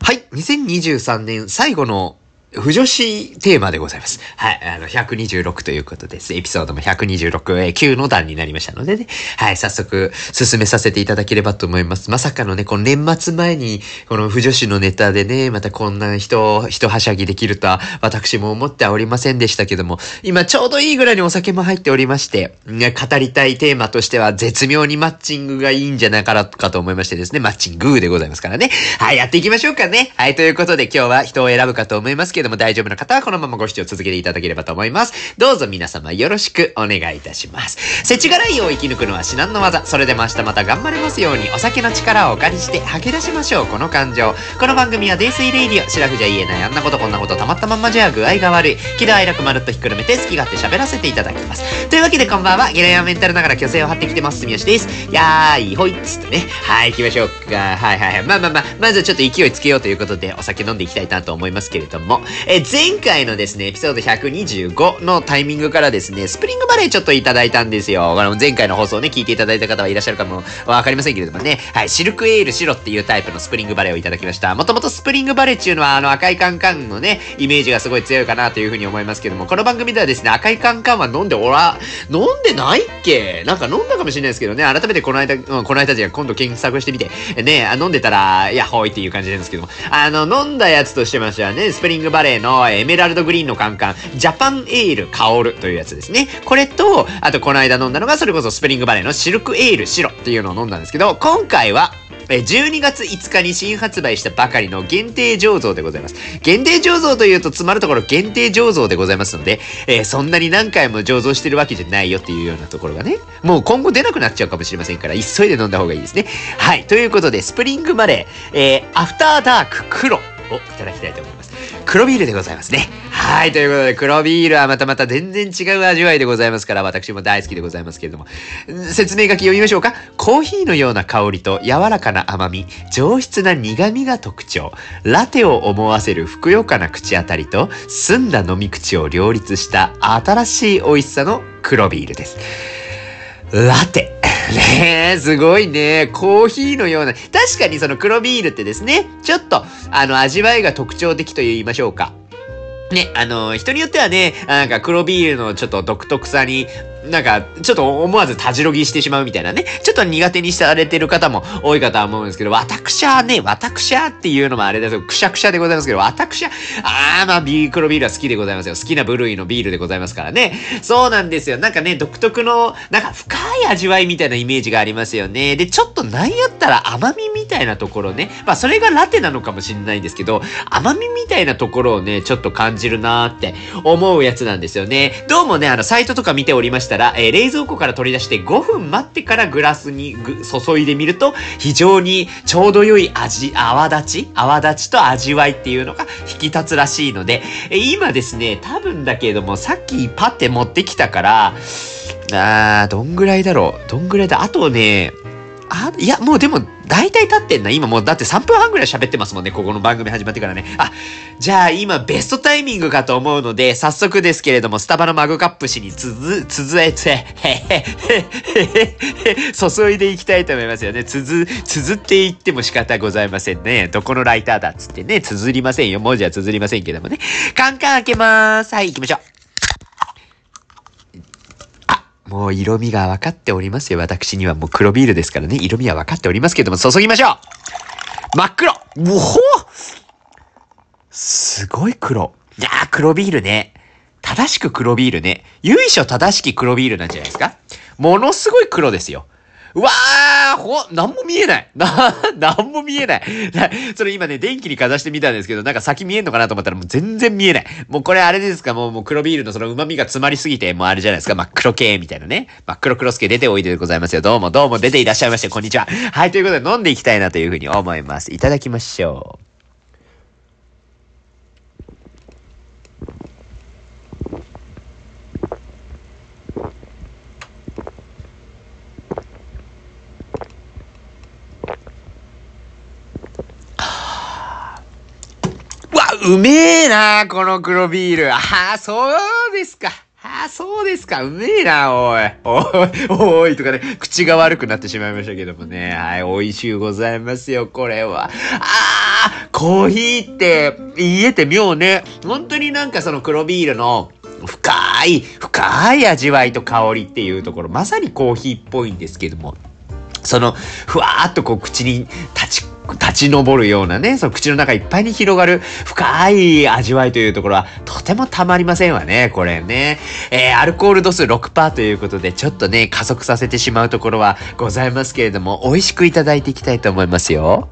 はい、2023年最後の不女子テーマでございます。はい、126ということです。エピソードも126、9の段になりましたのでね。はい、早速進めさせていただければと思います。まさかのね、この年末前に、この不女子のネタでね、またこんな一はしゃぎできるとは、私も思ってはおりませんでしたけども、今ちょうどいいぐらいにお酒も入っておりまして、ね、語りたいテーマとしては絶妙にマッチングがいいんじゃないかと思いましてですね、マッチングでございますからね。はい、やっていきましょうかね。はい、ということで今日は人を選ぶかと思いますけども、大丈夫な方はこのままご視聴続けていただければと思います。どうぞ皆様よろしくお願いいたします。世知辛いを生き抜くのは至難の技。それでも明日また頑張れますように、お酒の力をお借りして吐き出しましょう、この感情。この番組は泥酔レイディオ、シラフじゃ言えないあんなことこんなことたまったまんまじゃ具合が悪い、喜怒哀楽まるっとひっくるめて好き勝手喋らせていただきます。というわけでこんばんは、ゲラヤメンタルながら虚勢を張ってきてます住吉です。やーいほいっつってね、はい行きましょうか。はいまずちょっと勢いつけようということでお酒飲んでいきたいなと思いますけれども、前回のですねエピソード125のタイミングからですねスプリングバレーちょっといただいたんですよ。前回の放送ね聞いていただいた方はいらっしゃるかもわかりませんけれどもね、はい、シルクエール白っていうタイプのスプリングバレーをいただきました。もともとスプリングバレーっていうのは赤いカンカンのねイメージがすごい強いかなというふうに思いますけども、この番組ではですね赤いカンカンは飲んでないっけ、なんか飲んだかもしれないですけどね、改めてこの間じゃ今度検索してみてね、飲んでたらいやほいっていう感じなんですけども、飲んだやつとしてましてはね、スプリングバレーのエメラルドグリーンのカンカンジャパンエール香るというやつですね。これとあとこの間飲んだのがそれこそスプリングバレーのシルクエール白っていうのを飲んだんですけど、今回は12月5日に新発売したばかりの限定醸造でございます。限定醸造というと詰まるところ限定醸造でございますので、そんなに何回も醸造してるわけじゃないよっていうようなところがね、もう今後出なくなっちゃうかもしれませんから、急いで飲んだ方がいいですね。はい。ということで、スプリングバレー、アフターダーク黒をいただきたいと思います。黒ビールでございますね。はい。ということで、黒ビールはまた全然違う味わいでございますから、私も大好きでございますけれども。説明書き読みましょうか。コーヒーのような香りと柔らかな甘み、上質な苦味が特徴。ラテを思わせるふくよかな口当たりと、澄んだ飲み口を両立した新しい美味しさの黒ビールです。ラテ。ねえ、すごいね。コーヒーのような。確かにその黒ビールってですね、ちょっと、味わいが特徴的と言いましょうか。ね、人によってはね、なんか黒ビールのちょっと独特さに、なんか、ちょっと思わずたじろぎしてしまうみたいなね、ちょっと苦手にされてる方も多いかとは思うんですけど、私はっていうのもあれですよ、くしゃくしゃでございますけど、黒ビールは好きでございますよ。好きな部類のビールでございますからね。そうなんですよ。なんかね、独特の、なんか深い味わいみたいなイメージがありますよね。で、ちょっとなんやったら甘みみたいなところね、それがラテなのかもしれないんですけど、甘みみたいなところをね、ちょっと感じるなーって思うやつなんですよね。どうもね、サイトとか見ておりましたら、冷蔵庫から取り出して5分待ってからグラスに注いでみると非常にちょうど良い泡立ちと味わいっていうのが引き立つらしいので、今ですね、多分だけれどもさっきパッて持ってきたからどんぐらいだあとね、いや、もうでも、大体経ってんな。今もうだって3分半ぐらい喋ってますもんね。ここの番組始まってからね。じゃあ今ベストタイミングかと思うので、早速ですけれども、スタバのマグカップ紙に注いでいきたいと思いますよね。綴っていっても仕方ございませんね。どこのライターだっつってね、綴りませんよ。文字は綴りませんけどもね。カンカン開けまーす。はい、行きましょう。もう色味が分かっておりますよ。私にはもう黒ビールですからね。色味は分かっておりますけども、注ぎましょう。真っ黒。すごい黒。いやー、黒ビールね。正しく黒ビールね。由緒正しき黒ビールなんじゃないですか。ものすごい黒ですよ。うわー、なんも見えない。なんも見えない。それ今ね、電気にかざしてみたんですけど、なんか先見えんのかなと思ったらもう全然見えない。もうこれあれですか、もう黒ビールのその旨味が詰まりすぎて、もうあれじゃないですか、真っ黒系みたいなね。真っ黒クロスケ出ておいででございますよ。どうも出ていらっしゃいまして、こんにちは。はい、ということで飲んでいきたいなというふうに思います。いただきましょう。うめえなこの黒ビール。そうですか。 そうですか。うめえな、おい。おいとかね、口が悪くなってしまいましたけどもね。はい、美味しゅうございますよ、これは。コーヒーって、言えて妙ね。本当になんかその黒ビールの、深い味わいと香りっていうところ、まさにコーヒーっぽいんですけども、その、ふわーっとこう口に立ち上るようなね、その口の中いっぱいに広がる深い味わいというところは、とてもたまりませんわね、これね。アルコール度数 6% ということで、ちょっとね、加速させてしまうところはございますけれども、美味しくいただいていきたいと思いますよ。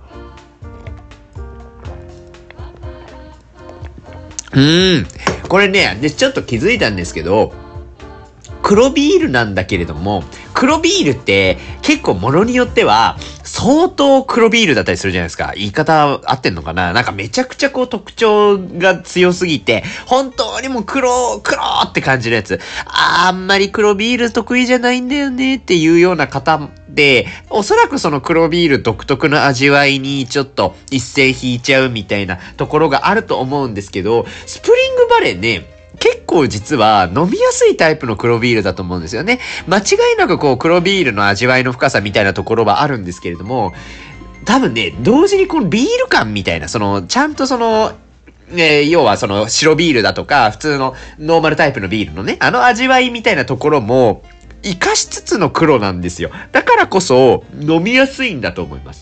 これね、で、ちょっと気づいたんですけど、黒ビールなんだけれども、黒ビールって結構物によっては相当黒ビールだったりするじゃないですか。言い方合ってんのかな。なんかめちゃくちゃこう特徴が強すぎて、本当にもう黒って感じるやつ。あんまり黒ビール得意じゃないんだよねっていうような方で、おそらくその黒ビール独特の味わいにちょっと一線引いちゃうみたいなところがあると思うんですけど、スプリングバレーね、結構実は飲みやすいタイプの黒ビールだと思うんですよね。間違いなくこう黒ビールの味わいの深さみたいなところはあるんですけれども、多分ね、同時にこのビール感みたいな、その、ちゃんとその、要はその白ビールだとか、普通のノーマルタイプのビールのね、あの味わいみたいなところも、活かしつつの黒なんですよ。だからこそ、飲みやすいんだと思います。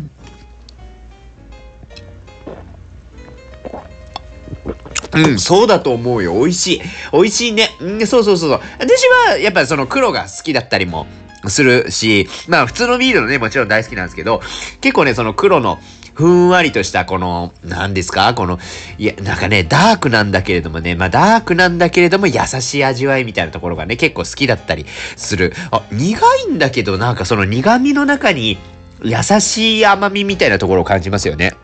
そうだと思うよ。美味しい。美味しいね。そう。私は、やっぱその黒が好きだったりもするし、まあ普通のビールのね、もちろん大好きなんですけど、結構ね、その黒の、ふんわりとしたこの、何ですかこの、いや、なんかね、ダークなんだけれどもね、まあダークなんだけれども優しい味わいみたいなところがね、結構好きだったりする。苦いんだけど、なんかその苦味の中に優しい甘みみたいなところを感じますよね。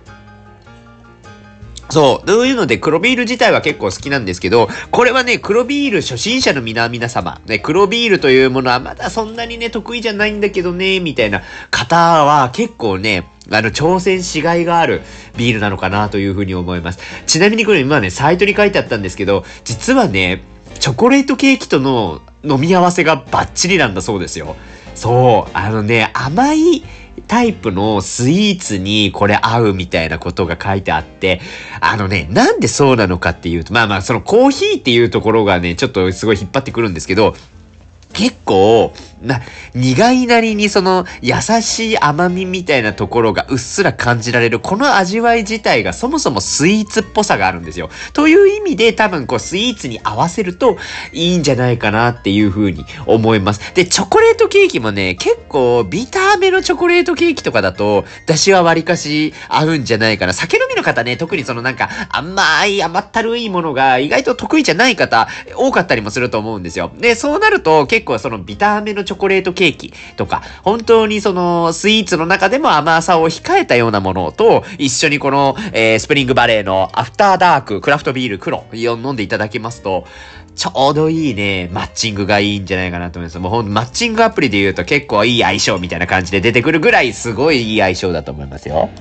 そう。というので、黒ビール自体は結構好きなんですけど、これはね、黒ビール初心者の皆様、ね、黒ビールというものはまだそんなにね、得意じゃないんだけどね、みたいな方は結構ね、挑戦しがいがあるビールなのかなというふうに思います。ちなみにこれ今ね、サイトに書いてあったんですけど、実はね、チョコレートケーキとの飲み合わせがバッチリなんだそうですよ。そう。甘い、タイプのスイーツにこれ合うみたいなことが書いてあって、なんでそうなのかっていうと、そのコーヒーっていうところがね、ちょっとすごい引っ張ってくるんですけど、結構、苦いなりにその優しい甘みみたいなところがうっすら感じられる、この味わい自体がそもそもスイーツっぽさがあるんですよ。という意味で多分こうスイーツに合わせるといいんじゃないかなっていう風に思います。で、チョコレートケーキもね、結構ビターめのチョコレートケーキとかだと、私は割かし合うんじゃないかな。酒飲みの方ね、特にそのなんか甘ったるいものが意外と得意じゃない方多かったりもすると思うんですよ。で、そうなると結構そのビターめのチョコレートケーキとか、本当にそのスイーツの中でも甘さを控えたようなものと一緒にこの、スプリングバレーのアフターダーククラフトビール黒を飲んでいただきますと、ちょうどいいね、マッチングがいいんじゃないかなと思います。もうほんとマッチングアプリで言うと結構いい相性みたいな感じで出てくるぐらいすごいいい相性だと思いますよ。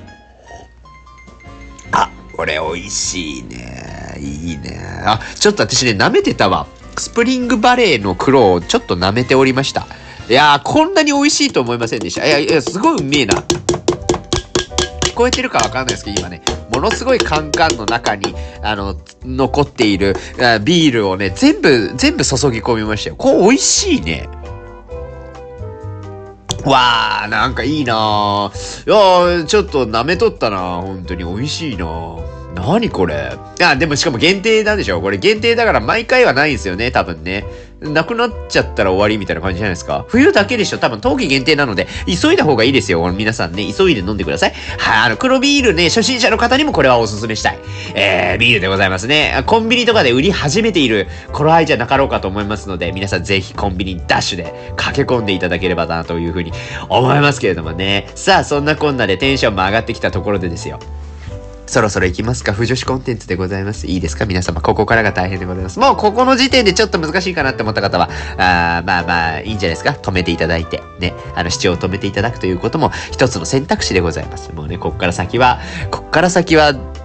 これ美味しいね。いいね。ちょっと私ね、舐めてたわ。スプリングバレーの黒をちょっと舐めておりました。いやー、こんなに美味しいと思いませんでした。いや、すごいうめえな。聞こえてるかわかんないですけど、今ね、ものすごいカンカンの中に、残っているビールをね、全部注ぎ込みましたよ。これ美味しいね。わー、なんかいいなー。いやー、ちょっと舐めとったなー。本当に美味しいなー。何これ。でもしかも限定なんでしょこれ限定だから毎回はないんですよね、多分ね。なくなっちゃったら終わりみたいな感じじゃないですか。冬だけでしょ多分冬季限定なので、急いだ方がいいですよ。皆さんね、急いで飲んでください。はい、黒ビールね、初心者の方にもこれはおすすめしたい。ビールでございますね。コンビニとかで売り始めている頃合いじゃなかろうかと思いますので、皆さんぜひコンビニダッシュで駆け込んでいただければなというふうに思いますけれどもね。さあ、そんなこんなでテンションも上がってきたところでですよ。そろそろ行きますか。不女子コンテンツでございます。いいですか皆様。ここからが大変でございます。もうここの時点でちょっと難しいかなって思った方は、いいんじゃないですか。止めていただいて、ね。視聴を止めていただくということも一つの選択肢でございます。もうね、こっから先は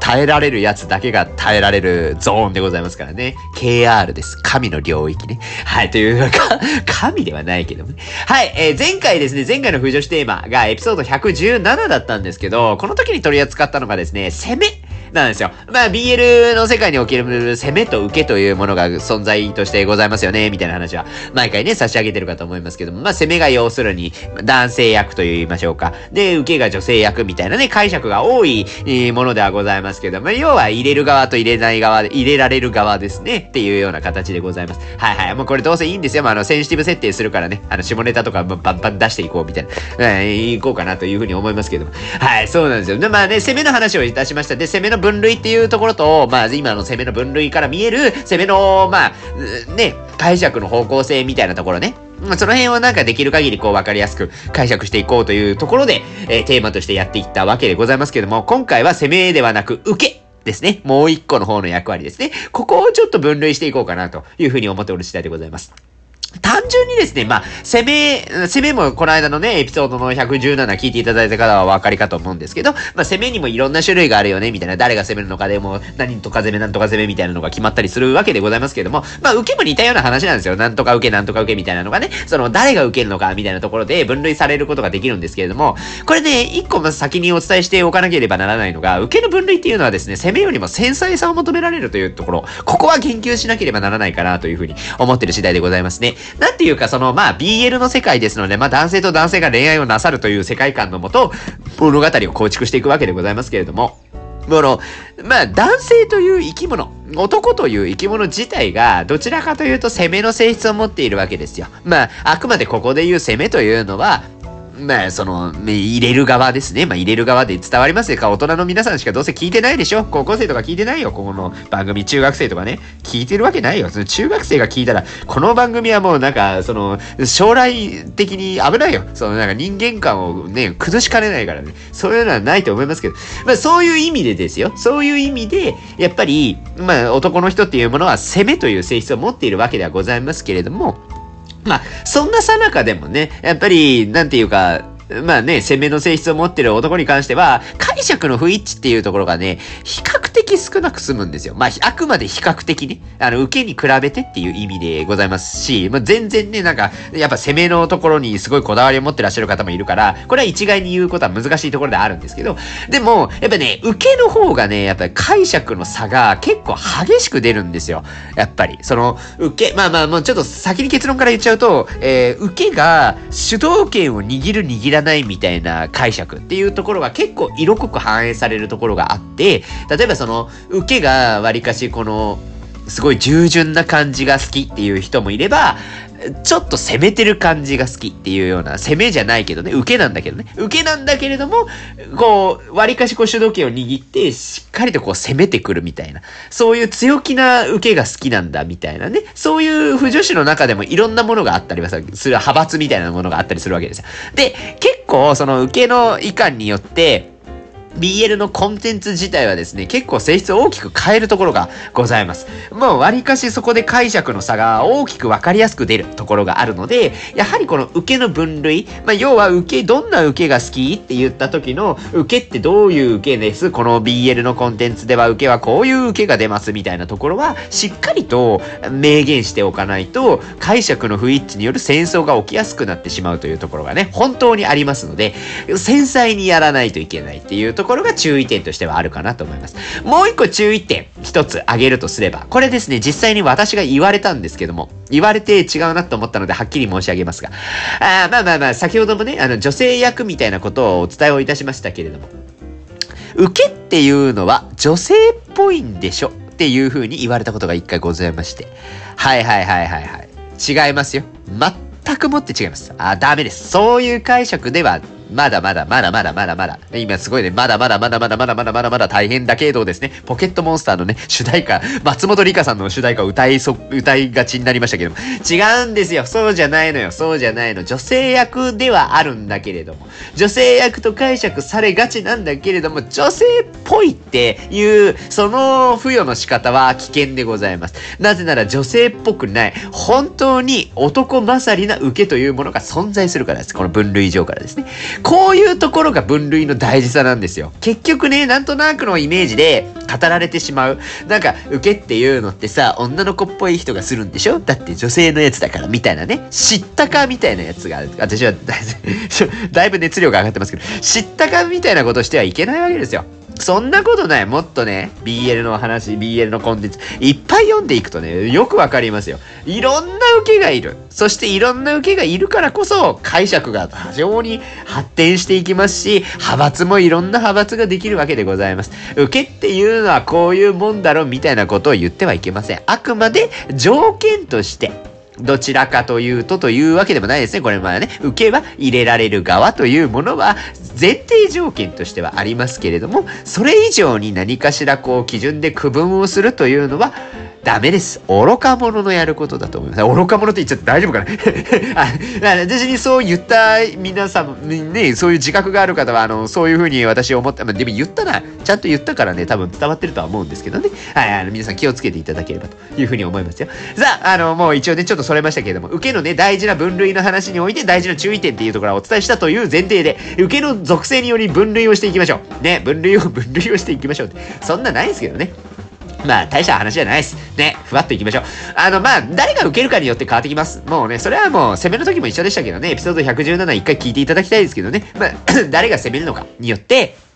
耐えられるやつだけが耐えられるゾーンでございますからね。KR です。神の領域ね。はい、というか、神ではないけどね。はい、前回ですね、前回の不女子テーマがエピソード117だったんですけど、この時に取り扱ったのがですね、攻めなんですよ。まあ BL の世界における攻めと受けというものが存在としてございますよね、みたいな話は毎回ね、差し上げてるかと思いますけども、まあ攻めが要するに男性役と言いましょうか。で、受けが女性役みたいなね、解釈が多いものではございますけども、要は入れる側と入れない側で、入れられる側ですね、っていうような形でございます。はいはい。もうこれどうせいいんですよ。まあセンシティブ設定するからね、下ネタとかバンバン出していこうみたいな、いこうかなというふうに思いますけども。はい、そうなんですよ。で、まあね、攻めの話をいたしました。で、攻めの分類っていうところと、まあ今の攻めの分類から見える攻めの、まあ、ね、解釈の方向性みたいなところね。その辺をなんかできる限りこう分かりやすく解釈していこうというところで、テーマとしてやっていったわけでございますけども、今回は攻めではなく受けですね。もう一個の方の役割ですね。ここをちょっと分類していこうかなというふうに思っておる次第でございます。単純にですね、まあ、攻めもこの間のね、エピソードの117聞いていただいた方はお分かりかと思うんですけど、まあ、攻めにもいろんな種類があるよね、みたいな、誰が攻めるのかでも、何とか攻め、なんとか攻めみたいなのが決まったりするわけでございますけども、まあ、受けも似たような話なんですよ。なんとか受け、なんとか受けみたいなのがね、その、誰が受けるのか、みたいなところで分類されることができるんですけれども、これね、一個まず先にお伝えしておかなければならないのが、受けの分類っていうのはですね、攻めよりも繊細さを求められるというところ、ここは言及しなければならないかなというふうに思ってる次第でございますね。なんていうか、まあ BL の世界ですので、まあ男性と男性が恋愛をなさるという世界観のもと、物語を構築していくわけでございますけれども、まあ男性という生き物、男という生き物自体がどちらかというと攻めの性質を持っているわけですよ。まああくまでここで言う攻めというのは、まあ、入れる側ですね。まあ、入れる側で伝わりますか？大人の皆さんしかどうせ聞いてないでしょ？高校生とか聞いてないよ。ここの番組、中学生とかね。聞いてるわけないよ。その中学生が聞いたら、この番組はもうなんか、将来的に危ないよ。なんか人間観をね、崩しかねないからね。そういうのはないと思いますけど。まあ、そういう意味でですよ。そういう意味で、やっぱり、まあ、男の人っていうものは攻めという性質を持っているわけではございますけれども、まあ、そんなさなかでもね、やっぱり、なんていうか、まあね、攻めの性質を持ってる男に関しては、解釈の不一致っていうところがね、比較的少なく済むんですよ。まあ、あくまで比較的ね、受けに比べてっていう意味でございますし、まあ、全然ね、なんか、やっぱ攻めのところにすごいこだわりを持ってらっしゃる方もいるから、これは一概に言うことは難しいところであるんですけど、でも、やっぱね、受けの方がね、やっぱり解釈の差が結構激しく出るんですよ。やっぱり、受け、まあ、もうちょっと先に結論から言っちゃうと、受けが主導権を握る握らないみたいな解釈っていうところが結構色濃く反映されるところがあって、例えば受けがわりかしすごい従順な感じが好きっていう人もいれば、ちょっと攻めてる感じが好きっていうような、攻めじゃないけどね、受けなんだけどね、受けなんだけれども、わりかし主導権を握って、しっかりと攻めてくるみたいな、そういう強気な受けが好きなんだみたいなね、そういう腐女子の中でもいろんなものがあったりはする派閥みたいなものがあったりするわけですよ。で、結構受けの意観によって、BL のコンテンツ自体はですね、結構性質を大きく変えるところがございます。もう割かしそこで解釈の差が大きく分かりやすく出るところがあるので、やはりこの受けの分類、まあ要はどんな受けが好きって言った時の受けってどういう受けです、この BL のコンテンツでは受けはこういう受けが出ますみたいなところはしっかりと明言しておかないと、解釈の不一致による戦争が起きやすくなってしまうというところがね、本当にありますので、繊細にやらないといけないっていうところが注意点としてはあるかなと思います。もう一個注意点一つ挙げるとすれば、これですね、実際に私が言われたんですけども、言われて違うなと思ったのではっきり申し上げますが、まあ先ほどもね、女性役みたいなことをお伝えをいたしましたけれども、受けっていうのは女性っぽいんでしょっていう風に言われたことが一回ございまして、はい違いますよ。全くもって違います。ダメです。そういう解釈ではまだ。今すごいね、まだ大変だけどですね、ポケットモンスターのね、主題歌、松本梨香さんの主題歌を歌いがちになりましたけども、違うんですよ。そうじゃないの。女性役ではあるんだけれども、女性役と解釈されがちなんだけれども、女性っぽいっていう、その付与の仕方は危険でございます。なぜなら女性っぽくない、本当に男勝りな受けというものが存在するからです。この分類上からですね。 こういうところが分類の大事さなんですよ。結局ね、なんとなくのイメージで語られてしまう。なんか、受けっていうのってさ、女の子っぽい人がするんでしょ？だって女性のやつだから、みたいなね。知ったかみたいなやつがある。私はだいぶ熱量が上がってますけど、知ったかみたいなことしてはいけないわけですよ。そんなことない。もっとね、BL の話、BL のコンテンツ、いっぱい読んでいくとね、よくわかりますよ。いろんな受けがいる。そしていろんな受けがいるからこそ、解釈が非常に発展していきますし、派閥もいろんな派閥ができるわけでございます。受けっていうのはこういうもんだろ、みたいなことを言ってはいけません。あくまで条件として、どちらかというというわけでもないですね。これまでね、受けは入れられる側というものは前提条件としてはありますけれども、それ以上に何かしらこう基準で区分をするというのはダメです。愚か者のやることだと思います。愚か者って言っちゃって大丈夫かな私にそう言った皆さんね、そういう自覚がある方は、そういうふうに私思った。でも言ったな。ちゃんと言ったからね、多分伝わってるとは思うんですけどね。はい、皆さん気をつけていただければというふうに思いますよ。さあ、もう一応ね、ちょっとそれましたけれども、受けのね、大事な分類の話において大事な注意点っていうところをお伝えしたという前提で、受けの属性により分類をしていきましょう。ね、分類をしていきましょうって。そんなないですけどね。まあ、大した話じゃないです。ね、ふわっといきましょう。まあ、誰が受けるかによって変わってきます。もうね、それはもう、攻めの時も一緒でしたけどね、エピソード117一回聞いていただきたいですけどね、まあ、誰が攻めるのかによって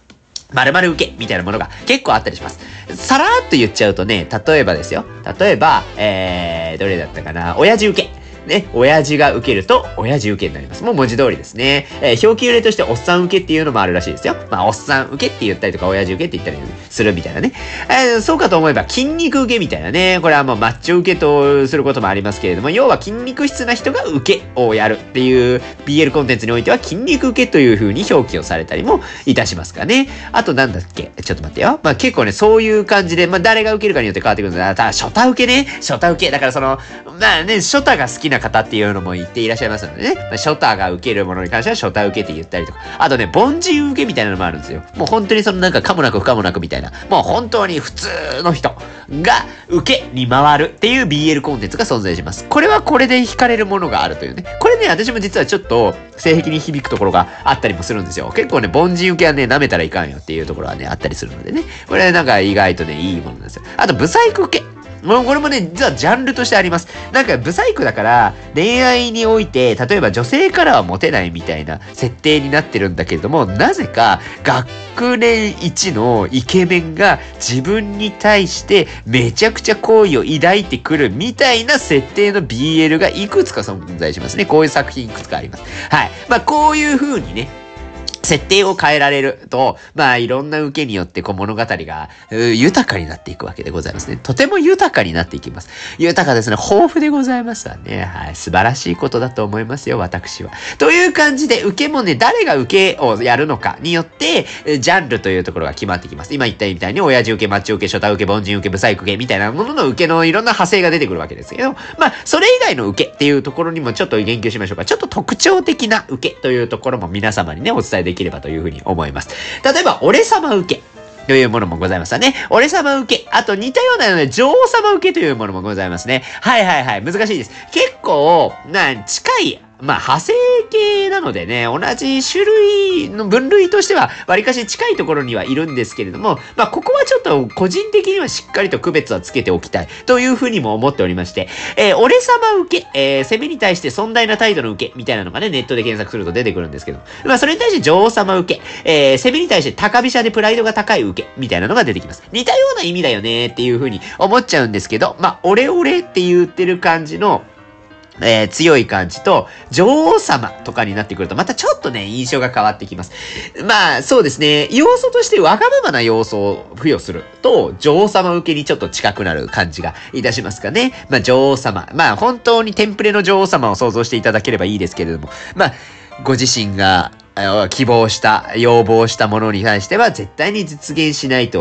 、〇〇受けみたいなものが結構あったりします。さらーっと言っちゃうとね、例えばですよ。例えば、どれだったかな、親父受け。ね、親父が受けると、親父受けになります。もう文字通りですね。表記揺れとして、おっさん受けっていうのもあるらしいですよ。まあ、おっさん受けって言ったりとか、親父受けって言ったりするみたいなね。そうかと思えば、筋肉受けみたいなね。これはもうマッチョ受けとすることもありますけれども、要は筋肉質な人が受けをやるっていう BL コンテンツにおいては、筋肉受けという風に表記をされたりもいたしますかね。あとなんだっけ？ちょっと待ってよ。まあ、結構ね、そういう感じで、まあ、誰が受けるかによって変わってくるんですが、ただ、初太受けね。初太受け。だからまあね、初太が好きな方っていうのも言っていらっしゃいますのでね。初太が受けるものに関しては初太受けって言ったりとか。あとね、凡人受けみたいなのもあるんですよ。もう本当になんか可もなく不可もなくみたいな。もう本当に普通の人が受けに回るっていう BL コンテンツが存在します。これはこれで惹かれるものがあるというね。これね、私も実はちょっと性癖に響くところがあったりもするんですよ。結構ね、凡人受けはね、舐めたらいかんよっていうところはね、あったりするのでね。これなんか意外とね、いいものなんですよ。あと、ブサイク受け。もうこれもね、実はジャンルとしてあります。なんか、ブサイクだから、恋愛において、例えば女性からはモテないみたいな設定になってるんだけれども、なぜか、学年一のイケメンが自分に対してめちゃくちゃ好意を抱いてくるみたいな設定の BL がいくつか存在しますね。こういう作品いくつかあります。はい。まあ、こういう風にね、設定を変えられると、まあいろんな受けによって物語が豊かになっていくわけでございますね。とても豊かになっていきます。豊かですね。豊富でございますわね。はい。素晴らしいことだと思いますよ、私は。という感じで、受けもね、誰が受けをやるのかによって、ジャンルというところが決まってきます。今言ったみたいに、親父受け、マッチ受け、初太受け、凡人受け、ブサイク受けみたいなものの受けのいろんな派生が出てくるわけですけど、まあ、それ以外の受けっていうところにもちょっと言及しましょうか。ちょっと特徴的な受けというところも皆様にね、お伝えできればというふうに思います。例えば、俺様受け。というものもございますわね。俺様受け。あと似たようなので、女王様受けというものもございますね。はいはいはい。難しいです。結構、近い、まあ、派生系なのでね、同じ種類の分類としては、割かし近いところにはいるんですけれども、まあ、ここはちょっと個人的にはしっかりと区別はつけておきたいというふうにも思っておりまして、俺様受け、攻めに対して尊大な態度の受けみたいなのがね、ネットで検索すると出てくるんですけど、まあ、それに対して女王様受け、攻めに対して高飛車でプライドが高い受けみたいなのが出てきます。似たような意味だよねっていうふうに思っちゃうんですけど、まあ、俺って言ってる感じの、強い感じと、女王様とかになってくると、またちょっとね、印象が変わってきます。まあ、そうですね。要素としてわがままな要素を付与すると、女王様受けにちょっと近くなる感じがいたしますかね。まあ、女王様。まあ、本当にテンプレの女王様を想像していただければいいですけれども、まあ、ご自身が希望した、要望したものに対しては絶対に実現しないと聞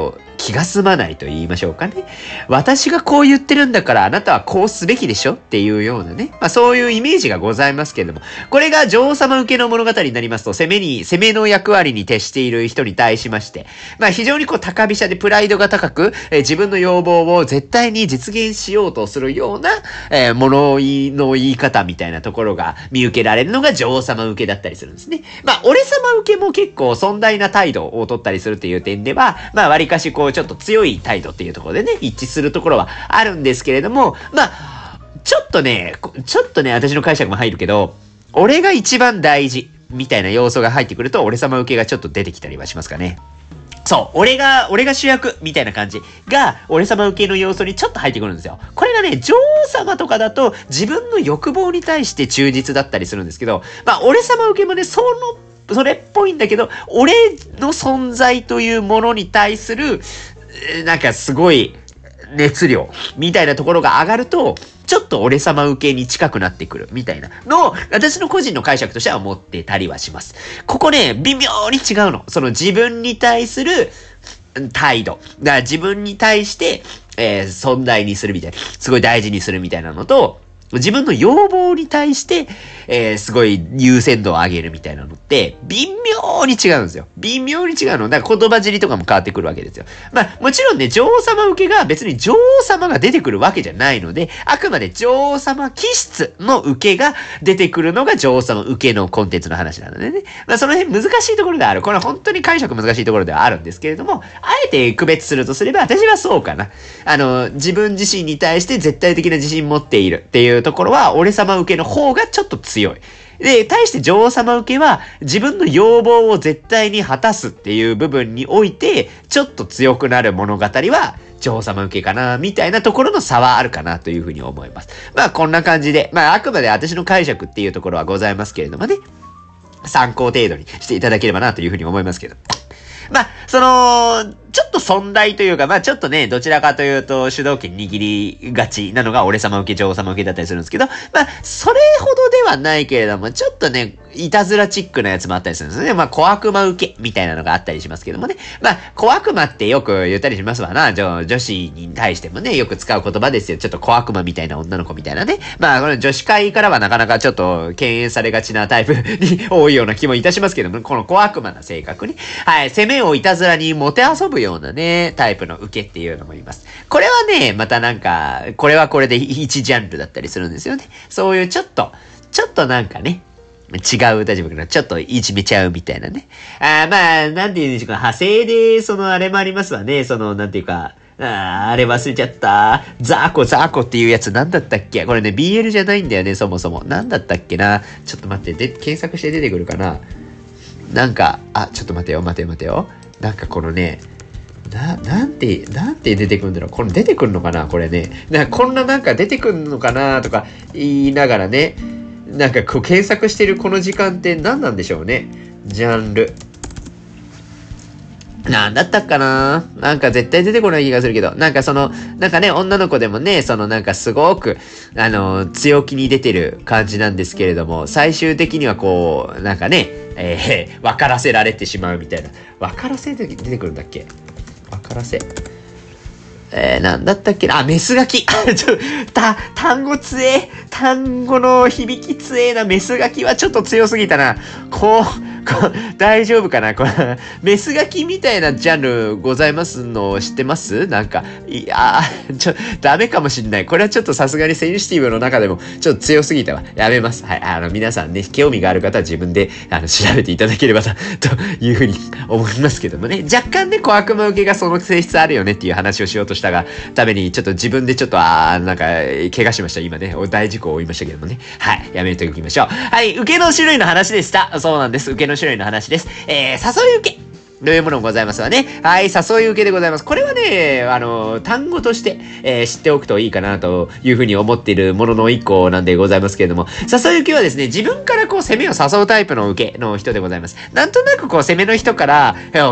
気が済まないと言いましょうかね。私がこう言ってるんだからあなたはこうすべきでしょっていうようなね。そういうイメージがございますけれども、これが女王様受けの物語になりますと、攻めの役割に徹している人に対しまして、非常に高飛車でプライドが高く、自分の要望を絶対に実現しようとするような、物言いの言い方みたいなところが見受けられるのが女王様受けだったりするんですね。俺様受けも結構尊大な態度を取ったりするっていう点では、割かしちょっと強い態度っていうところでね、一致するところはあるんですけれども、ちょっとね、私の解釈も入るけど、俺が一番大事みたいな要素が入ってくると、俺様受けがちょっと出てきたりはしますかね。そう、俺が主役みたいな感じが、俺様受けの要素にちょっと入ってくるんですよ。これがね、女王様とかだと自分の欲望に対して忠実だったりするんですけど、俺様受けもね、それっぽいんだけど、俺の存在というものに対する、すごい熱量みたいなところが上がると、ちょっと俺様受けに近くなってくるみたいなのを、私の個人の解釈としては思ってたりはします。ここね、微妙に違うの。その自分に対する態度。だから自分に対して、存在にするみたいな。すごい大事にするみたいなのと、自分の要望に対して、すごい優先度を上げるみたいなのって、微妙に違うんですよ。微妙に違うの。だから言葉尻とかも変わってくるわけですよ。もちろんね、女王様受けが別に女王様が出てくるわけじゃないので、あくまで女王様気質の受けが出てくるのが女王様受けのコンテンツの話なのでね。その辺難しいところである。これは本当に解釈難しいところではあるんですけれども、あえて区別するとすれば、私はそうかな。自分自身に対して絶対的な自信持っているっていうところは、俺様受けの方がちょっと強い。で、対して女王様受けは、自分の要望を絶対に果たすっていう部分において、ちょっと強くなる物語は、女王様受けかな、みたいなところの差はあるかなというふうに思います。こんな感じで、あくまで私の解釈っていうところはございますけれどもね、参考程度にしていただければなというふうに思いますけど。ちょっと尊大というか、ちょっとね、どちらかというと主導権握りがちなのが俺様受け、女王様受けだったりするんですけど、それほどではないけれども、ちょっとね、いたずらチックなやつもあったりするんですね。小悪魔受けみたいなのがあったりしますけどもね。小悪魔ってよく言ったりしますわな。女子に対してもね、よく使う言葉ですよ。ちょっと小悪魔みたいな女の子みたいなね。この女子会からはなかなかちょっと敬遠されがちなタイプに多いような気もいたしますけども、この小悪魔な性格に、はい、攻めをいたずらにもてあそぶようなね、タイプの受けっていうのもいます。これはね、またこれはこれで一ジャンルだったりするんですよね。そういうちょっとね、違う立場からちょっといじめちゃうみたいなね。なんて言うんでしょうか、派生で、あれもありますわね。なんていうか、あれ忘れちゃった。ザーコっていうやつなんだったっけ？これね、BL じゃないんだよね、そもそも。なんだったっけな。ちょっと待って、検索して出てくるかな。ちょっと待てよ。このね、なんて出てくるんだろう。これ出てくるのかなこれね。こんな出てくるのかなとか言いながらね。検索してるこの時間って何なんでしょうね。ジャンル。なんだったかな絶対出てこない気がするけど。女の子でもね、すごく、強気に出てる感じなんですけれども、最終的には分からせられてしまうみたいな。分からせ出てくるんだっけ？分からせ。なんだったっけなメスガキ単語強え単語の響き強えなメスガキはちょっと強すぎたな。大丈夫かなメスガキみたいなジャンルございますの知ってます？ダメかもしんない。これはちょっとさすがにセンシティブの中でもちょっと強すぎたわ。やめます。はい。皆さんね、興味がある方は自分で、調べていただければというふうに思いますけどもね。若干ね、小悪魔受けがその性質あるよねっていう話をしようとしたが、ためにちょっと自分でちょっと、怪我しました。今ね、大事故を負いましたけどもね。はい。やめておきましょう。はい。受けの種類の話でした。そうなんです。受けの種類の話です。誘い受け。というものもございますわね。はい、誘い受けでございます。これはね、単語として、知っておくといいかなというふうに思っているものの一個なんでございますけれども、誘い受けはですね、自分から攻めを誘うタイプの受けの人でございます。なんとなく攻めの人から、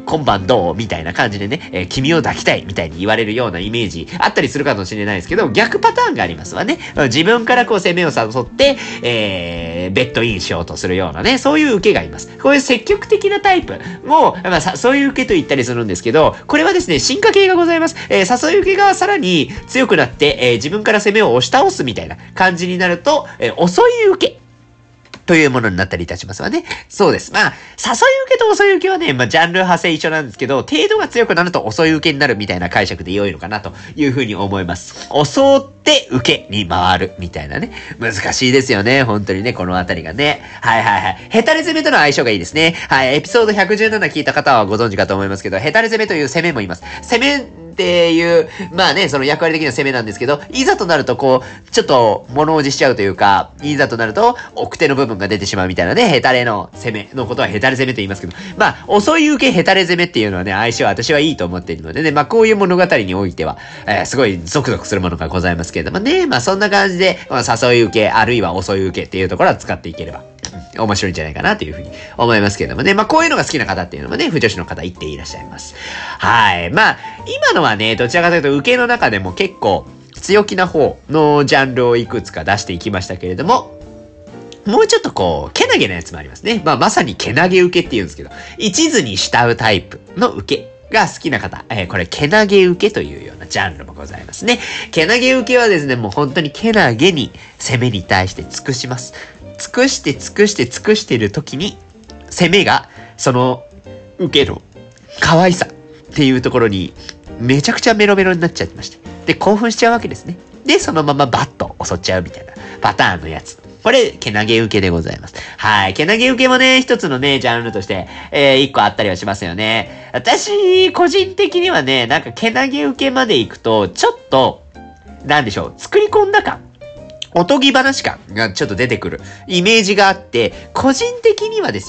今晩どうみたいな感じでね、君を抱きたいみたいに言われるようなイメージあったりするかもしれないですけど、逆パターンがありますわね。自分からこう攻めを誘って、ベッドインしようとするようなね、そういう受けがいます。こういう積極的なタイプも、そういう受けと言ったりするんですけど、これはですね、進化系がございます。誘い受けがさらに強くなって、自分から攻めを押し倒すみたいな感じになると、遅い受け。というものになったりいたしますわね。そうです。誘い受けと遅い受けはね、ジャンル派生一緒なんですけど、程度が強くなると遅い受けになるみたいな解釈で良いのかなというふうに思います。襲って受けに回るみたいなね。難しいですよね。本当にね、このあたりがね。ヘタレ攻めとの相性がいいですね。エピソード117聞いた方はご存知かと思いますけど、ヘタレ攻めという攻めもいます。攻めっていう、その役割的な攻めなんですけど、いざとなるとちょっと物おじしちゃうというか、いざとなると奥手の部分が出てしまうみたいなね、ヘタレの攻めのことはヘタレ攻めと言いますけど、遅い受けヘタレ攻めっていうのはね、相性は私はいいと思っているのでね、こういう物語においては、すごいゾクゾクするものがございますけれどもね、そんな感じで、誘い受け、あるいは遅い受けっていうところは使っていければ、面白いんじゃないかなというふうに思いますけれどもね。こういうのが好きな方っていうのもね、不女子の方言っていらっしゃいます。今のはね、どちらかというと受けの中でも結構強気な方のジャンルをいくつか出していきましたけれども、もうちょっとけなげなやつもありますね。まさにけなげ受けって言うんですけど、一途に慕うタイプの受けが好きな方、これけなげ受けというようなジャンルもございますね。けなげ受けはですね、もう本当にけなげに攻めに対して尽くします。尽くしている時に、攻めが、その、受けの可愛さっていうところに、めちゃくちゃメロメロになっちゃいまして。で、興奮しちゃうわけですね。で、そのままバッと襲っちゃうみたいなパターンのやつ。これ、けなげ受けでございます。けなげ受けもね、一つのね、ジャンルとして、一個あったりはしますよね。私、個人的にはね、けなげ受けまで行くと、ちょっと、なんでしょう、作り込んだ感。おとぎ話感がちょっと出てくるイメージがあって、個人的には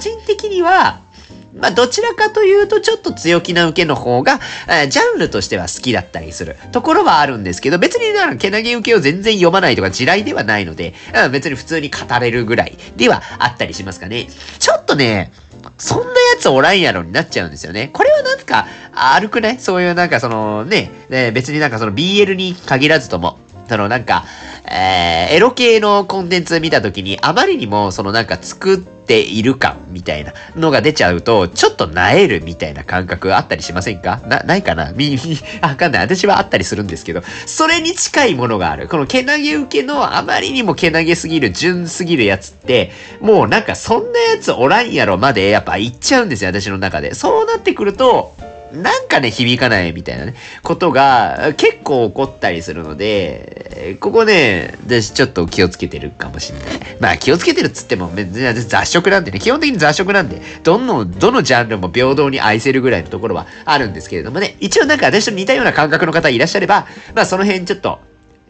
どちらかというとちょっと強気な受けの方が、ジャンルとしては好きだったりするところはあるんですけど、別にけなげ受けを全然読まないとか地雷ではないので、別に普通に語れるぐらいではあったりしますかね。ちょっとね、そんなやつおらんやろになっちゃうんですよね。これは悪くないそういう別にBL に限らずとも、エロ系のコンテンツ見たときに、あまりにも、作っている感みたいなのが出ちゃうと、ちょっと萎えるみたいな感覚あったりしませんか？ないかなわかんない。私はあったりするんですけど、それに近いものがある。このけなげ受けのあまりにもけなげすぎる、純すぎるやつって、もうそんなやつおらんやろまでやっぱ言っちゃうんですよ、私の中で。そうなってくると、響かないみたいなね、ことが結構起こったりするので、ここね、私ちょっと気をつけてるかもしれない。気をつけてるっつっても、別に雑食なんでね、基本的に雑食なんで、どのジャンルも平等に愛せるぐらいのところはあるんですけれどもね、一応私と似たような感覚の方いらっしゃれば、その辺ちょっと、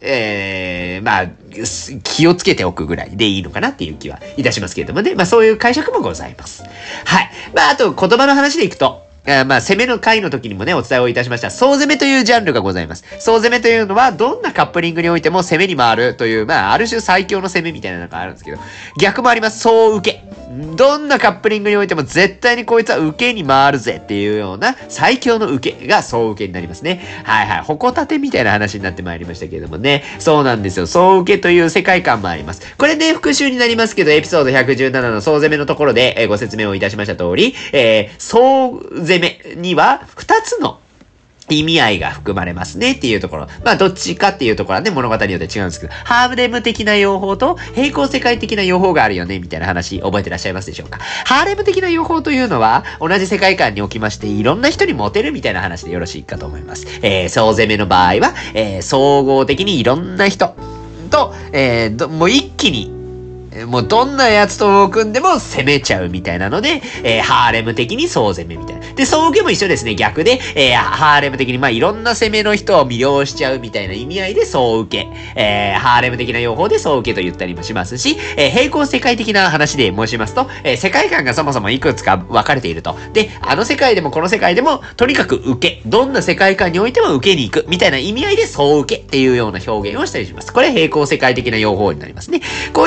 気をつけておくぐらいでいいのかなっていう気はいたしますけれどもね、そういう解釈もございます。はい。あと言葉の話でいくと、攻めの回の時にもね、お伝えをいたしました。総攻めというジャンルがございます。総攻めというのは、どんなカップリングにおいても攻めに回るという、ある種最強の攻めみたいなのがあるんですけど、逆もあります。総受け。どんなカップリングにおいても絶対にこいつは受けに回るぜっていうような最強の受けが総受けになりますね。ほこたてみたいな話になってまいりましたけれどもね。そうなんですよ。総受けという世界観もあります。これね、復習になりますけど、エピソード117の総攻めのところで、ご説明をいたしました通り、総攻めには2つの意味合いが含まれますねっていうところ。どっちかっていうところはね、物語によって違うんですけど、ハーレム的な用法と平行世界的な用法があるよね、みたいな話、覚えてらっしゃいますでしょうか？ハーレム的な用法というのは、同じ世界観におきまして、いろんな人にモテるみたいな話でよろしいかと思います。総攻めの場合は、総合的にいろんな人と、もう一気に、もうどんなやつと組んでも攻めちゃうみたいなので、ハーレム的に総攻めみたいな。で、総受けも一緒ですね。逆で、ハーレム的にいろんな攻めの人を魅了しちゃうみたいな意味合いで総受け。ハーレム的な用法で総受けと言ったりもしますし、平行世界的な話で申しますと、世界観がそもそもいくつか分かれていると。で、あの世界でもこの世界でも、とにかく受け。どんな世界観においても受けに行く。みたいな意味合いで総受けっていうような表現をしたりします。これ平行世界的な用法になりますね。こういう用法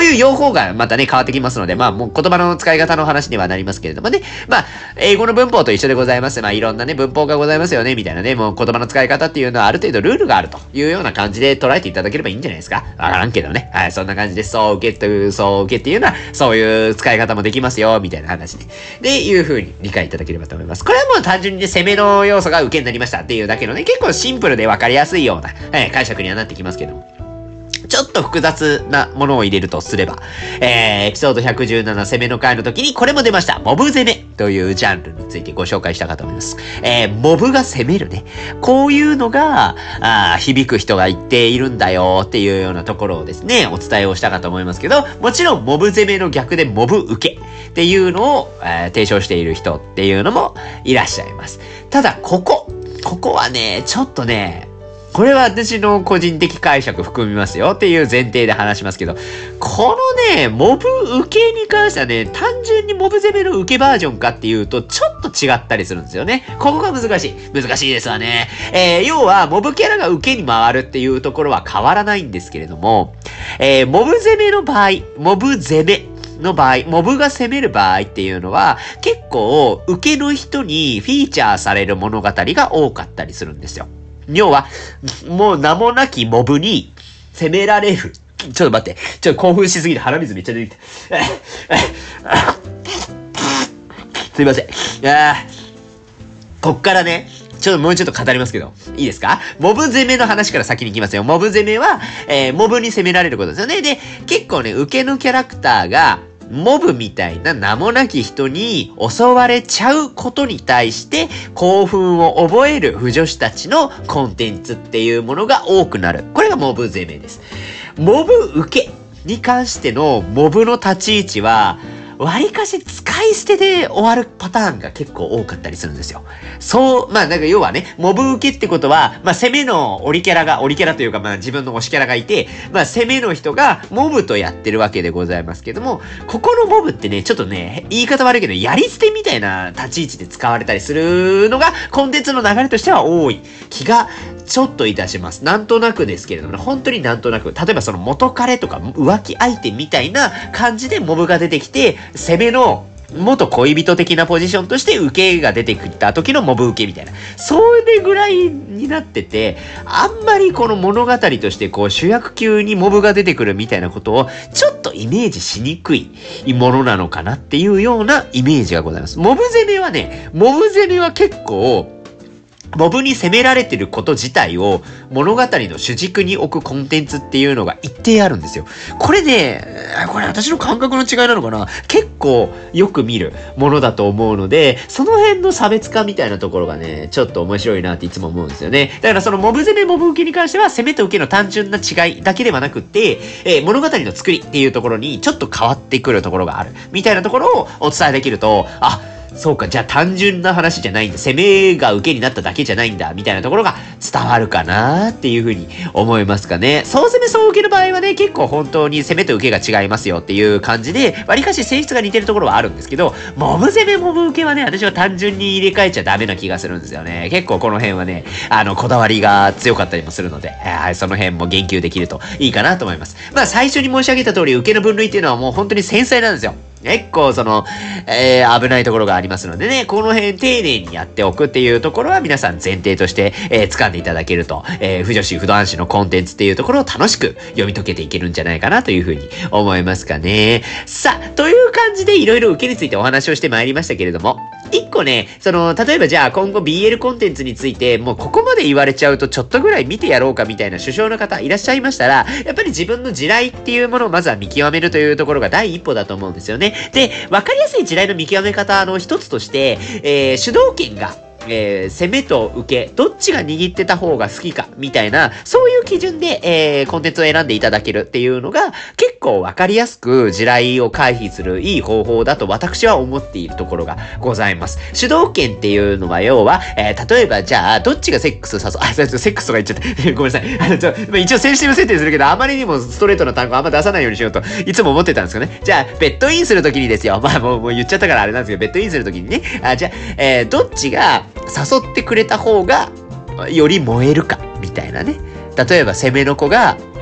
方がまたね、変わってきますので、まあもう言葉の使い方の話にはなりますけれどもね。まあ、英語の文法と一緒でございます。まあいろんなね、文法がございますよね、みたいなね、もう言葉の使い方っていうのはある程度ルールがあるというような感じで捉えていただければいいんじゃないですか。わからんけどね。はい、そんな感じで、そう受けっていうのは、そういう使い方もできますよ、みたいな話ね。で、いう風に理解いただければと思います。これはもう単純にね、攻めの要素が受けになりましたっていうだけのね、結構シンプルで分かりやすいような、解釈にはなってきますけども。ちょっと複雑なものを入れるとすれば、エピソード117攻めの回の時にこれも出ました。モブ攻めというジャンルについてご紹介したかと思います。モブが攻めるね。こういうのが、響く人が言っているんだよっていうようなところをですね、お伝えをしたかと思いますけど、もちろんモブ攻めの逆でモブ受けっていうのを、提唱している人っていうのもいらっしゃいます。ただ、ここはね、ちょっとね、これは私の個人的解釈含みますよっていう前提で話しますけど、このね、モブ受けに関してはね、単純にモブ攻めの受けバージョンかっていうと、ちょっと違ったりするんですよね。ここが難しいですわね。要は、モブキャラが受けに回るっていうところは変わらないんですけれども、モブ攻めの場合、モブが攻める場合っていうのは、結構、受けの人にフィーチャーされる物語が多かったりするんですよ。要は、もう名もなきモブに攻められる。ちょっと待って。ちょっと興奮しすぎて鼻水めっちゃ出てきた。すいません。こっからね、もうちょっと語りますけど、いいですか？モブ攻めの話から先に行きますよ。モブ攻めは、モブに攻められることですよね。で、結構ね、受けのキャラクターが、モブみたいな名もなき人に襲われちゃうことに対して興奮を覚える腐女子たちのコンテンツっていうものが多くなる。これがモブ攻めです。モブ受けに関してのモブの立ち位置は、割かし使い捨てで終わるパターンが結構多かったりするんですよ。まあなんか要はね、モブ受けってことは、まあ攻めのオリキャラというかまあ自分の推しキャラがいて、まあ攻めの人がモブとやってるわけでございますけども、ここのモブってね、ちょっとね、言い方悪いけど、やり捨てみたいな立ち位置で使われたりするのが、コンテンツの流れとしては多い気が、ちょっといたします。なんとなくですけれども、本当になんとなく、例えばその元彼とか浮気相手みたいな感じでモブが出てきて、攻めの元恋人的なポジションとして受けが出てきた時のモブ受けみたいな。それぐらいになってて、あんまりこの物語としてこう主役級にモブが出てくるみたいなことをちょっとイメージしにくいものなのかなっていうようなイメージがございます。モブ攻めは結構、モブに攻められてること自体を物語の主軸に置くコンテンツっていうのが一定あるんですよ。これね、これ私の感覚の違いなのかな？結構よく見るものだと思うので、その辺の差別化みたいなところがね、ちょっと面白いなっていつも思うんですよね。だからそのモブ攻め、モブ受けに関しては攻めと受けの単純な違いだけではなくって、物語の作りっていうところにちょっと変わってくるところがある。みたいなところをお伝えできると、そうか、じゃあ単純な話じゃないんだ。攻めが受けになっただけじゃないんだ。みたいなところが伝わるかなっていうふうに思いますかね。そう攻めそう受けの場合はね、結構本当に攻めと受けが違いますよっていう感じで、割かし性質が似てるところはあるんですけど、モブ攻め、モブ受けはね、私は単純に入れ替えちゃダメな気がするんですよね。結構この辺はね、こだわりが強かったりもするので、その辺も言及できるといいかなと思います。まあ最初に申し上げた通り、受けの分類っていうのはもう本当に繊細なんですよ。結構危ないところがありますのでね、この辺丁寧にやっておくっていうところは皆さん前提として、掴んでいただけると、腐女子、腐男子のコンテンツっていうところを楽しく読み解けていけるんじゃないかなというふうに思いますかね。さあ、という感じでいろいろ受けについてお話をしてまいりましたけれども、一個ね、例えばじゃあ今後 BL コンテンツについてもうここまで言われちゃうとちょっとぐらい見てやろうかみたいな首相の方いらっしゃいましたら、やっぱり自分の地雷っていうものをまずは見極めるというところが第一歩だと思うんですよね。で、わかりやすい地雷の見極め方の一つとして、主導権が攻めと受け、どっちが握ってた方が好きか、みたいな、そういう基準で、コンテンツを選んでいただけるっていうのが、結構わかりやすく地雷を回避するいい方法だと私は思っているところがございます。主導権っていうのは要は、例えばじゃあ、どっちがセックスセックスとか言っちゃった。ごめんなさい。一応センシティブ設定するけど、あまりにもストレートな単語あんま出さないようにしようと、いつも思ってたんですけどね。じゃあ、ベッドインするときにですよ。まあもう言っちゃったからあれなんですけど、ベッドインするときにね、じゃあ、どっちが、誘ってくれた方がより燃えるかみたいなね。例えば攻めの子が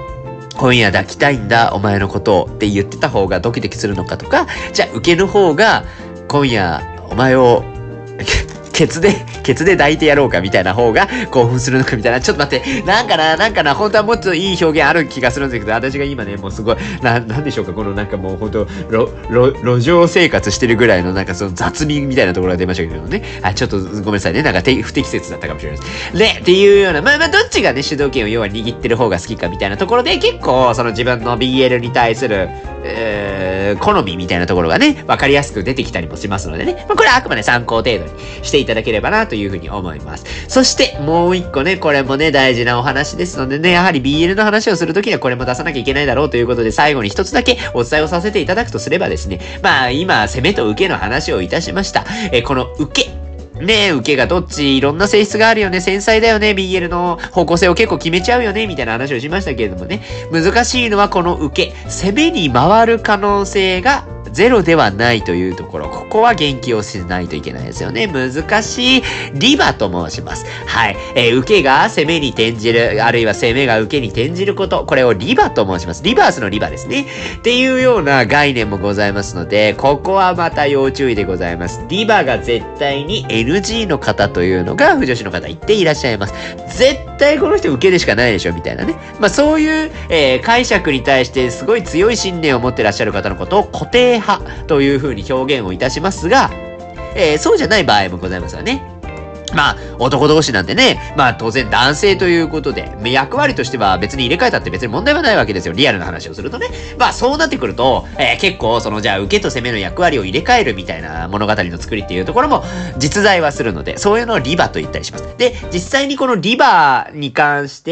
今夜抱きたいんだ、お前のことをって言ってた方がドキドキするのかとか、じゃあ受けの方が、今夜お前を、ケツで抱いてやろうかみたいな方が興奮するのかみたいな。ちょっと待って、なんかな、本当はもっといい表現ある気がするんですけど、私が今ね、もうすごい、なんでしょうか、このなんかもう本当路上生活してるぐらいのなんかその雑味みたいなところが出ましたけどね。ちょっとごめんなさいね、なんか不適切だったかもしれないです。で、っていうような、まあどっちがね、主導権を要は握ってる方が好きかみたいなところで、結構その自分の BL に対する、好みみたいなところがね、わかりやすく出てきたりもしますのでね。まあ、これはあくまで参考程度にしていただければなというふうに思います。そしてもう一個ね、これもね、大事なお話ですのでね、やはり BL の話をするときにはこれも出さなきゃいけないだろうということで、最後に一つだけお伝えをさせていただくとすればですね、まあ今、攻めと受けの話をいたしました。この受け。ねえ、受けがどっちいろんな性質があるよね。繊細だよね。BL の方向性を結構決めちゃうよね。みたいな話をしましたけれどもね。難しいのはこの受け。攻めに回る可能性がゼロではないというところ。ここは言及をしないといけないですよね。難しいリバと申します。はい。受けが攻めに転じる、あるいは攻めが受けに転じること。これをリバと申します。リバースのリバですね。っていうような概念もございますので、ここはまた要注意でございます。リバが絶対に NG の方というのが、不女子の方言っていらっしゃいます。絶対この人受けでしかないでしょ、みたいなね。まあそういう、解釈に対してすごい強い信念を持ってらっしゃる方のことを固定派という風に表現をいたしますが、そうじゃない場合もございますよね。まあ、男同士なんてね、まあ当然男性ということで、役割としては別に入れ替えたって別に問題はないわけですよ。リアルな話をするとね。まあそうなってくると、結構そのじゃあ受けと攻めの役割を入れ替えるみたいな物語の作りっていうところも実在はするので、そういうのをリバと言ったりします。で、実際にこのリバに関して、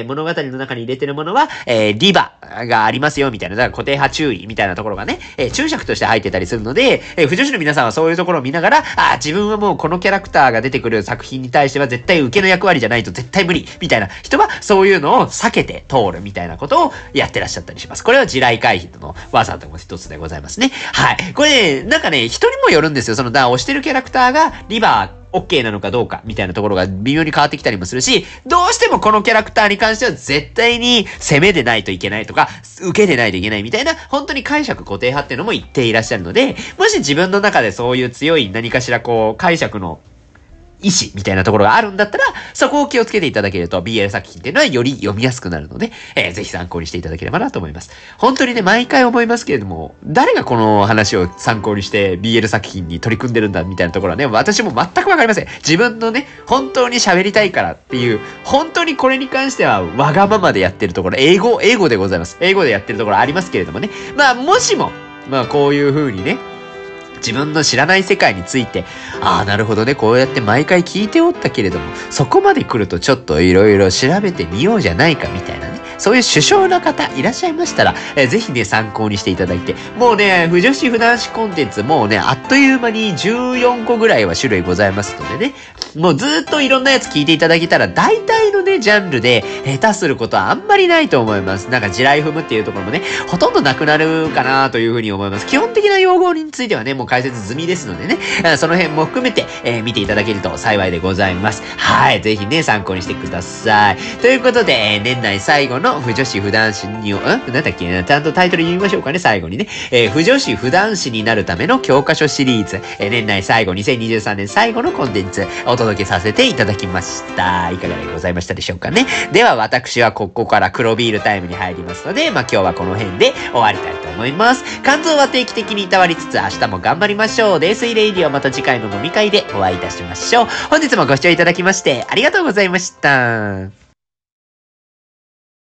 物語の中に入れてるものは、リバがありますよみたいな、だから固定派注意みたいなところがね、注釈として入ってたりするので、不女子の皆さんはそういうところを見ながら、自分はもうこのキャラクターが出てくる作品に対しては絶対受けの役割じゃないと絶対無理みたいな人はそういうのを避けて通るみたいなことをやってらっしゃったりします。これは地雷回避の技とも一つでございますね。はい。これね、なんかね、人にもよるんですよ。その、推してるキャラクターがリバー、OK なのかどうかみたいなところが微妙に変わってきたりもするし、どうしてもこのキャラクターに関しては絶対に攻めでないといけないとか、受けでないといけないみたいな、本当に解釈固定派っていうのも言っていらっしゃるので、もし自分の中でそういう強い何かしらこう、解釈の意思みたいなところがあるんだったら、そこを気をつけていただけると BL 作品っていうのはより読みやすくなるので、ぜひ参考にしていただければなと思います。本当にね、毎回思いますけれども、誰がこの話を参考にして BL 作品に取り組んでるんだみたいなところはね、私も全くわかりません。自分のね、本当に喋りたいからっていう、本当にこれに関してはわがままでやってるところ、英語でございます。英語でやってるところありますけれどもね。まあ、もしも、まあ、こういう風にね、自分の知らない世界について、なるほどね、こうやって毎回聞いておったけれども、そこまで来るとちょっといろいろ調べてみようじゃないかみたいなね、そういう首相な方いらっしゃいましたら、ぜひね、参考にしていただいて、もうね、不女子不男子コンテンツ、もうね、あっという間に14個ぐらいは種類ございますのでね、もうずーっといろんなやつ聞いていただけたら、大体のね、ジャンルで下手することはあんまりないと思います。なんか地雷踏むっていうところもね、ほとんどなくなるかなというふうに思います。基本的な用語についてはね、もう解説済みですのでね、その辺も含めて、見ていただけると幸いでございます。はい、ぜひね、参考にしてください。ということで、年内最後の不女子不男子に、なんだっけな、ちゃんとタイトル言いましょうかね、最後にね。不女子不男子になるための教科書シリーズ、年内最後、2023年最後のコンテンツ、お届けさせていただきました。いかがでございましたでしょうかね。では、私はここから黒ビールタイムに入りますので、まあ今日はこの辺で終わりたいと思います。肝臓は定期的にいたわりつつ、明日も頑張りましょう。泥酔レイディオ、また次回の飲み会でお会いいたしましょう。本日もご視聴いただきましてありがとうございました。